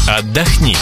Отдохни.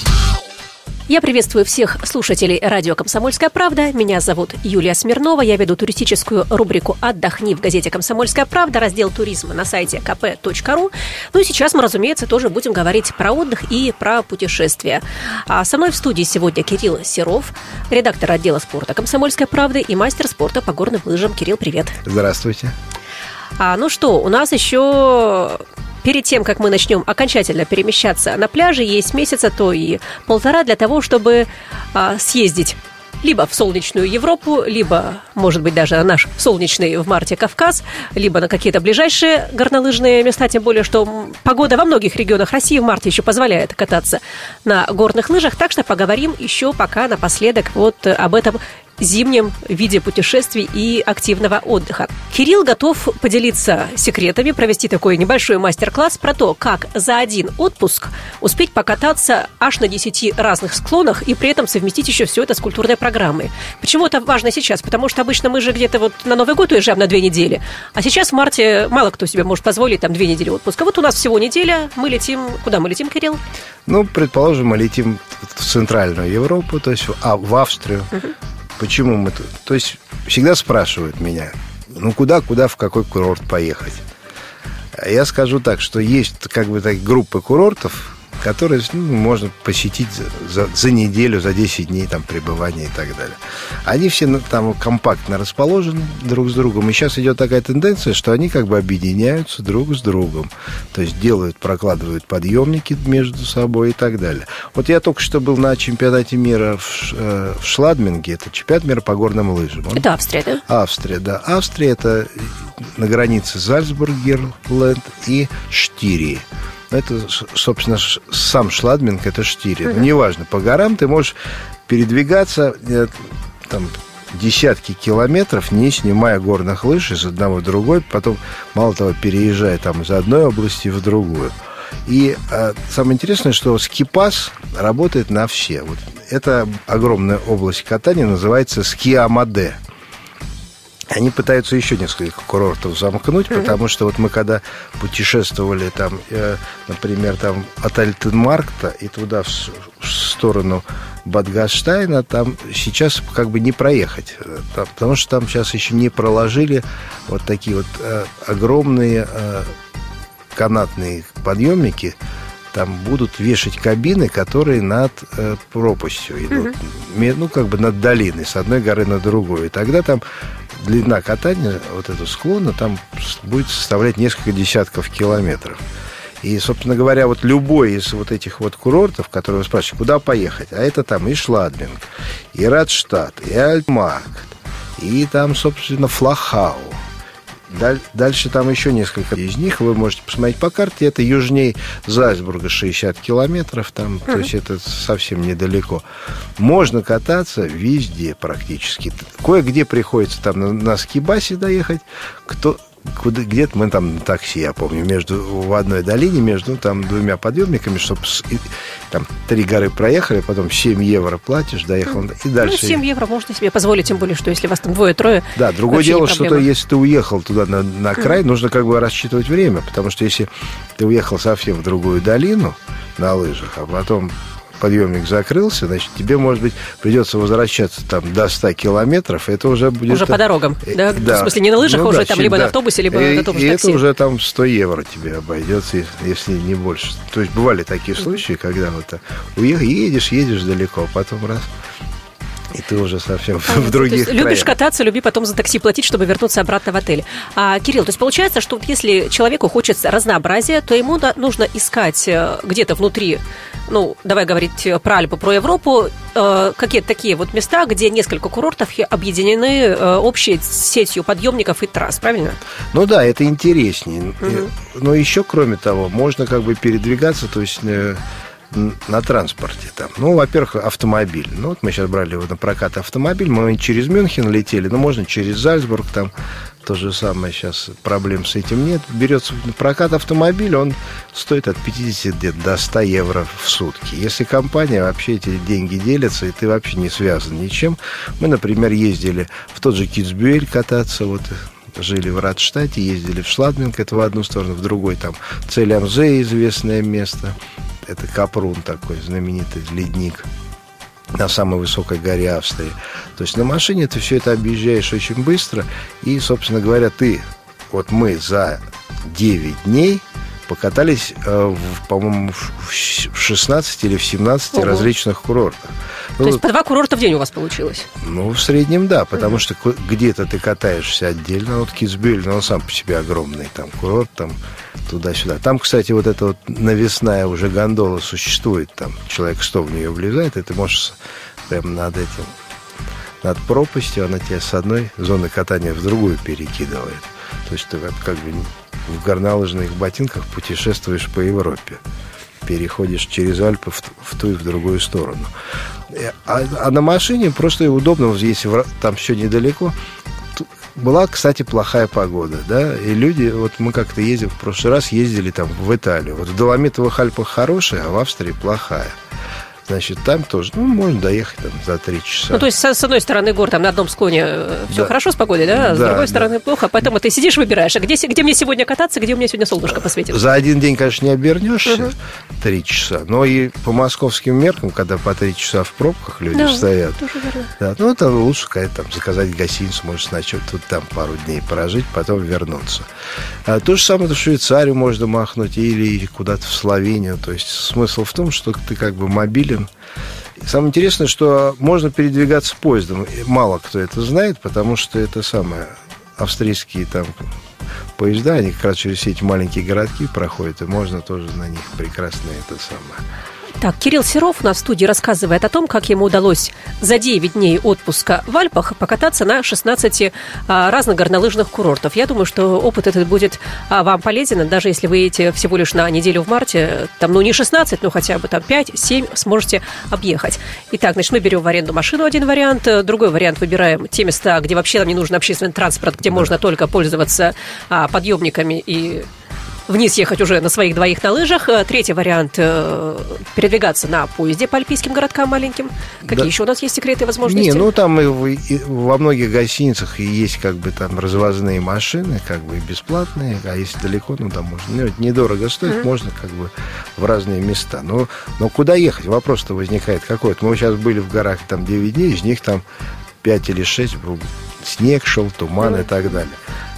Я приветствую всех слушателей радио «Комсомольская правда». Меня зовут Юлия Смирнова. Я веду туристическую рубрику «Отдохни» в газете «Комсомольская правда», раздел туризма на сайте kp.ru. Ну и сейчас мы, разумеется, тоже будем говорить про отдых и про путешествия. А со мной в студии сегодня Кирилл Серов, редактор отдела спорта «Комсомольской правды» и мастер спорта по горным лыжам. Кирилл, привет. Здравствуйте. Ну что, у нас еще... Перед тем, как мы начнем окончательно перемещаться на пляже, есть месяца, то и полтора для того, чтобы съездить либо в солнечную Европу, либо, может быть, даже на наш солнечный в марте Кавказ, либо на какие-то ближайшие горнолыжные места, тем более, что погода во многих регионах России в марте еще позволяет кататься на горных лыжах. Так что поговорим еще пока напоследок вот об этом зимнем виде путешествий и активного отдыха. Кирилл готов поделиться секретами, провести такой небольшой мастер-класс про то, как за один отпуск успеть покататься аж на 10 разных склонах и при этом совместить еще все это с культурной программой. Почему это важно сейчас? Потому что обычно мы же где-то вот на Новый год уезжаем на 2 недели, а сейчас в марте мало кто себе может позволить там 2 недели отпуска. Вот у нас всего неделя, мы летим... Куда мы летим, Кирилл? Ну, предположим, мы летим в Центральную Европу, то есть в Австрию. Почему мы тут? То есть всегда спрашивают меня, ну куда, в какой курорт поехать? Я скажу так, что есть как бы так группы курортов, которые можно посетить за неделю, за 10 дней там пребывания и так далее. Они все там компактно расположены друг с другом. И сейчас идет такая тенденция, что они как бы объединяются друг с другом. То есть прокладывают подъемники между собой и так далее. Вот я только что был на чемпионате мира в Шладминге. Это чемпионат мира по горным лыжам. Это Австрия, да? Австрия, да. Австрия — это на границе Зальцбург-Герленд и Штирии. Это, собственно, сам Шладминг, это Штирия. Неважно, по горам ты можешь передвигаться там десятки километров, не снимая горных лыж из одного в другой, потом, мало того, переезжая там из одной области в другую. И самое интересное, что ски-пас работает на все. Вот эта огромная область катания называется Ски-Амаде. Они пытаются еще несколько курортов замкнуть, потому что вот мы когда путешествовали там, например, там от Альтенмаркта и туда в сторону Бад Гаштайна, там сейчас как бы не проехать, потому что там сейчас еще не проложили вот такие вот огромные канатные подъемники. Там будут вешать кабины, которые над пропастью идут, ну, как бы над долиной, с одной горы на другую. И тогда там длина катания, вот этого склона, там будет составлять несколько десятков километров. И, собственно говоря, вот любой из вот этих вот курортов, которые вы спрашиваете, куда поехать, а это там и Шладминг, и Радштадт, и Альтмаркт, и там, собственно, Флахау. Дальше там еще несколько из них вы можете посмотреть по карте. Это южнее Зальцбурга 60 километров там, то есть это совсем недалеко. Можно кататься везде практически. Кое-где приходится там на скибасе доехать. Где-то мы там на такси, я помню, в одной долине, между там 2 подъемниками, чтобы там 3 горы проехали, потом 7 евро платишь, доехал и дальше. Ну, 7 евро можно себе позволить, тем более, что если вас там 2-3. Да, другое дело, что если ты уехал туда на край, нужно как бы рассчитывать время, потому что если ты уехал совсем в другую долину на лыжах, а потом подъемник закрылся, значит, тебе, может быть, придется возвращаться там до 100 километров, это уже будет... Уже по дорогам, да? В смысле, не на лыжах, а уже там либо на автобусе, либо на автобусе такси. И это уже там 100 евро тебе обойдется, если не больше. То есть бывали такие случаи, когда вот едешь далеко, а потом раз... И ты уже совсем в других краях. Любишь кататься, люби потом за такси платить, чтобы вернуться обратно в отель. Кирилл, то есть получается, что если человеку хочется разнообразия, то ему нужно искать где-то внутри, ну, давай говорить про Альпы, про Европу, какие-то такие вот места, где несколько курортов объединены общей сетью подъемников и трасс, правильно? Ну да, это интереснее. Но еще, кроме того, можно как бы передвигаться, то есть... на транспорте там. Ну, во-первых, автомобиль. Ну, вот мы сейчас брали его на прокат автомобиль, мы через Мюнхен летели, но можно через Зальцбург, там то же самое сейчас, проблем с этим нет. Берется на прокат автомобиль, он стоит от 50 до 100 евро в сутки. Если компания, вообще эти деньги делятся, и ты вообще не связан ничем. Мы, например, ездили в тот же Кицбюэль кататься, вот жили в Радштадте, ездили в Шладминг, это в одну сторону, в другой там Цель-Ам-Зее, известное место. это Капрун такой знаменитый ледник на самой высокой горе Австрии. То есть на машине ты все это объезжаешь очень быстро. И, собственно говоря, мы за 9 дней покатались, по-моему, в 16 или в 17 различных курортах. То есть по 2 курорта в день у вас получилось? Ну, в среднем, да, потому что где-то ты катаешься отдельно. Вот Кицбюхель, он сам по себе огромный, там курорт, там туда-сюда. Там, кстати, вот эта вот навесная уже гондола существует, там человек 100 в нее влезает, и ты можешь прям над пропастью, она тебя с одной зоны катания в другую перекидывает. То есть ты как бы в горнолыжных ботинках путешествуешь по Европе. Переходишь через Альпы в ту и в другую сторону. А на машине просто удобно, если там все недалеко. Была, кстати, плохая погода, да, и люди, вот мы как-то в прошлый раз ездили там в Италию. Вот в Доломитовых Альпах хорошая, а в Австрии плохая. Значит, там тоже, можно доехать там за 3 часа. Ну, то есть, с одной стороны, гор там на одном склоне все хорошо с погодой, да? А с другой стороны плохо, поэтому ты сидишь и выбираешь, где мне сегодня кататься, где у меня сегодня солнышко посветит. За один день, конечно, не обернешься 3 часа, но и по московским меркам, когда по 3 часа в пробках люди стоят. Тоже верно. Да, ну, это лучше, конечно, там, заказать гостиницу, может, сначала тут там пару дней прожить, потом вернуться. А то же самое в Швейцарию можно махнуть или куда-то в Словению. То есть смысл в том, что ты как бы мобилен. Самое интересное, что можно передвигаться поездом. Мало кто это знает, потому что это самое австрийские там поезда, они как раз через все эти маленькие городки проходят, и можно тоже на них прекрасно это самое. Так, Кирилл Серов у нас в студии рассказывает о том, как ему удалось за 9 дней отпуска в Альпах покататься на 16 разных горнолыжных курортов. Я думаю, что опыт этот будет вам полезен, даже если вы едете всего лишь на неделю в марте, там, не 16, но хотя бы там 5-7 сможете объехать. Итак, значит, мы берем в аренду машину, один вариант, другой вариант выбираем те места, где вообще нам не нужен общественный транспорт, где можно только пользоваться подъемниками и вниз ехать уже на своих двоих на лыжах. Третий вариант передвигаться на поезде по альпийским городкам маленьким. Какие еще у нас есть секреты и возможности? Там и во многих гостиницах есть как бы там развозные машины, как бы бесплатные, а если далеко, там можно. Это недорого стоит, можно как бы в разные места. Но куда ехать? Вопрос-то возникает какой-то. Мы сейчас были в горах там 9 дней, из них там 5 или 6 был снег шел, туман и так далее.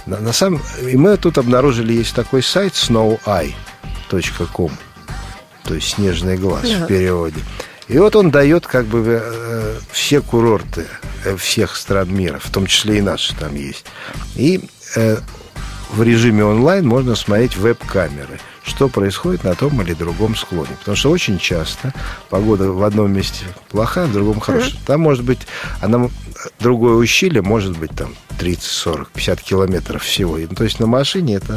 И мы тут обнаружили, есть такой сайт snoweye.com, то есть снежный глаз в переводе. И вот он дает как бы все курорты всех стран мира, в том числе и наши там есть. И в режиме онлайн можно смотреть веб-камеры, что происходит на том или другом склоне. Потому что очень часто погода в одном месте плохая, в другом хорошая. Там может быть, другое ущелье может быть там 30, 40, 50 километров всего. То есть на машине это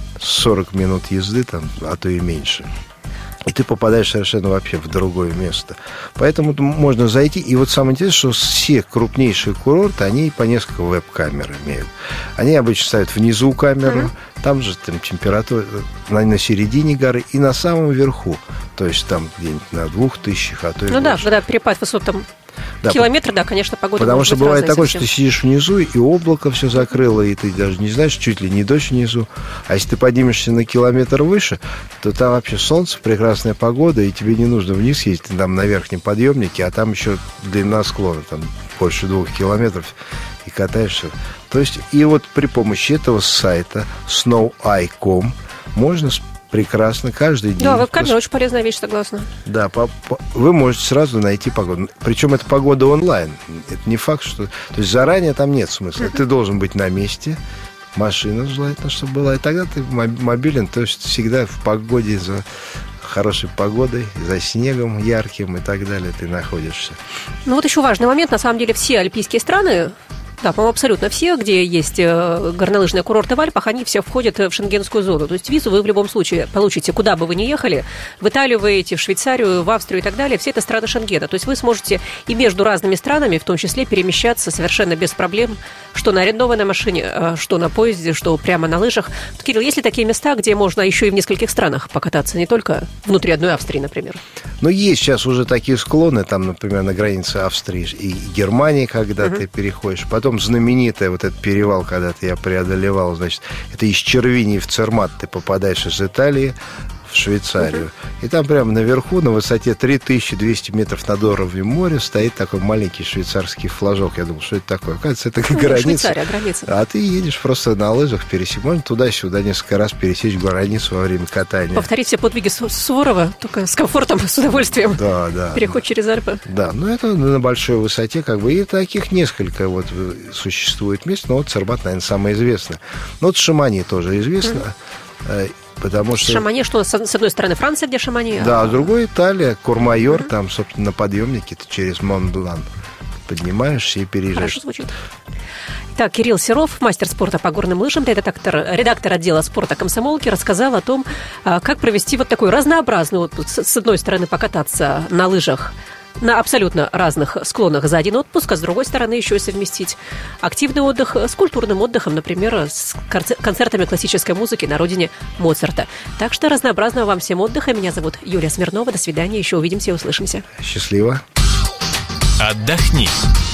40 минут езды, там, а то и меньше. И ты попадаешь совершенно вообще в другое место. Поэтому можно зайти. И вот самое интересное, что все крупнейшие курорты, они по несколько веб-камер имеют. Они обычно ставят внизу камеру, там же там температура на середине горы и на самом верху. То есть там где-нибудь на 2000, а то и больше. Когда перепад высот там километр, конечно, погода потому может что быть бывает разная такое, совсем. что ты сидишь внизу, и облако все закрыло, и ты даже не знаешь, чуть ли не дождь внизу. А если ты поднимешься на километр выше, то там вообще солнце, прекрасная погода, и тебе не нужно вниз ездить, ты там на верхнем подъемнике, а там еще длина склона, там больше 2 километров, и катаешься. То есть, и вот при помощи этого сайта snoweye.com можно прекрасно каждый день. Да, веб-камера очень полезная вещь, согласна. Да, вы можете сразу найти погоду. Причем это погода онлайн. Это не факт, что... То есть заранее там нет смысла. Ты должен быть на месте, машина желательно, чтобы была, и тогда ты мобилен. То есть всегда в погоде, за хорошей погодой, за снегом ярким и так далее ты находишься. Ну вот еще важный момент. На самом деле все альпийские страны, да, по-моему, абсолютно все, где есть горнолыжные курорты в Альпах, они все входят в шенгенскую зону. То есть визу вы в любом случае получите, куда бы вы ни ехали. В Италию вы едете, в Швейцарию, в Австрию и так далее. Все это страны Шенгена. То есть вы сможете и между разными странами, в том числе, перемещаться совершенно без проблем, что на арендованной машине, что на поезде, что прямо на лыжах. Кирилл, есть ли такие места, где можно еще и в нескольких странах покататься, не только внутри одной Австрии, например? Ну, есть сейчас уже такие склоны, там, например, на границе Австрии и Германии, когда ты переходишь. Потом знаменитый вот этот перевал, когда я преодолевал, значит, это из Червинии в Цермат ты попадаешь из Италии в Швейцарию. И там прямо наверху, на высоте 3200 метров над уровнем моря, стоит такой маленький швейцарский флажок. Я думал, что это такое? Оказывается, это граница. Швейцария, граница. А ты едешь просто на лыжах, можно туда-сюда несколько раз пересечь границу во время катания. Повторить все подвиги Суворова, только с комфортом, с удовольствием. Да. Переход через Альпы. Да, но это на большой высоте, и таких несколько существует мест, но Цермат, наверное, самое известное. Но Шамани тоже известно, потому что... Шамани, что с одной стороны Франция, где Шамани? Да, а с другой Италия, Курмайор, там, собственно, на подъемнике ты через Мон-Блан поднимаешься и переезжаешь. Хорошо звучит. Так, Кирилл Серов, мастер спорта по горным лыжам, редактор отдела спорта комсомолки, рассказал о том, как провести такой разнообразный отпуск. С одной стороны, покататься на лыжах на абсолютно разных склонах за один отпуск, а с другой стороны еще и совместить активный отдых с культурным отдыхом, например, с концертами классической музыки на родине Моцарта. Так что разнообразного вам всем отдыха. Меня зовут Юлия Смирнова. До свидания. Еще увидимся и услышимся. Счастливо. Отдохни.